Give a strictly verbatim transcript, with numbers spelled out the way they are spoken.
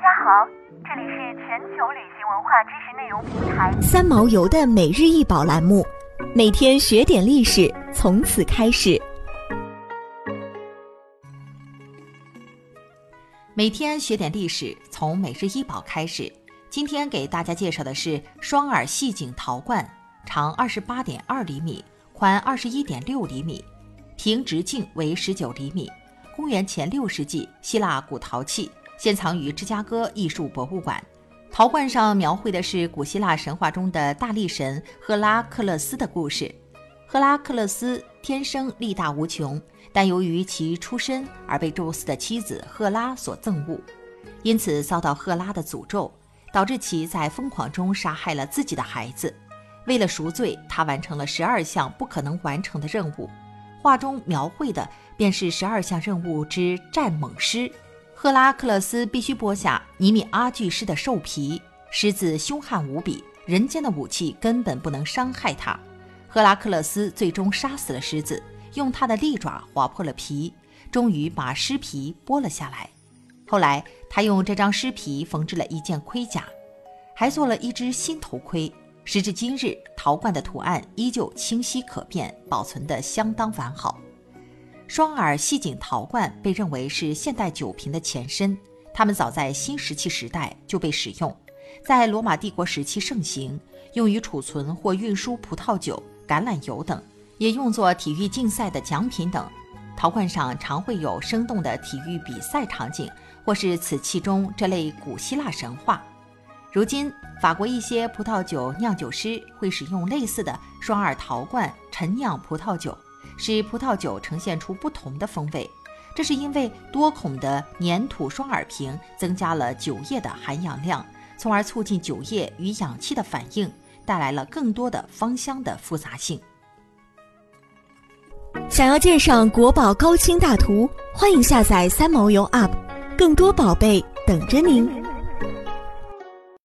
家好，这里是全球旅行文化知识内容平台三毛游的每日一宝栏目，每天学点历史，从此开始。 每天学点历史，从每日一宝开始。今天给大家介绍的是双耳细颈陶罐，长 二十八点二厘米，宽 二十一点六厘米，平直径为十九厘米。公元前六世纪，希腊古陶器，现藏于芝加哥艺术博物馆。陶罐上描绘的是古希腊神话中的大力神赫拉克勒斯的故事。赫拉克勒斯天生力大无穷，但由于其出身而被宙斯的妻子赫拉所憎恶，因此遭到赫拉的诅咒，导致其在疯狂中杀害了自己的孩子。为了赎罪，他完成了十二项不可能完成的任务。画中描绘的便是十二项任务之战猛狮。赫拉克勒斯必须剥下尼米阿巨狮的兽皮，狮子凶悍无比，人间的武器根本不能伤害它。赫拉克勒斯最终杀死了狮子，用他的利爪划破了皮，终于把狮皮剥了下来。后来他用这张狮皮缝制了一件盔甲，还做了一只新头盔。时至今日，陶罐的图案依旧清晰可辨，保存得相当完好。双耳细颈陶罐被认为是现代酒瓶的前身，它们早在新石器时代就被使用，在罗马帝国时期盛行，用于储存或运输葡萄酒、橄榄油等，也用作体育竞赛的奖品等。陶罐上常会有生动的体育比赛场景，或是瓷器中这类古希腊神话。如今，法国一些葡萄酒酿酒师会使用类似的双耳陶罐陈酿葡萄酒，使葡萄酒呈现出不同的风味。这是因为多孔的粘土双耳瓶增加了酒液的含氧量，从而促进酒液与氧气的反应，带来了更多的芳香的复杂性。 想要鉴赏国宝高清大图，欢迎下载三毛游 App， 更多宝贝等着您。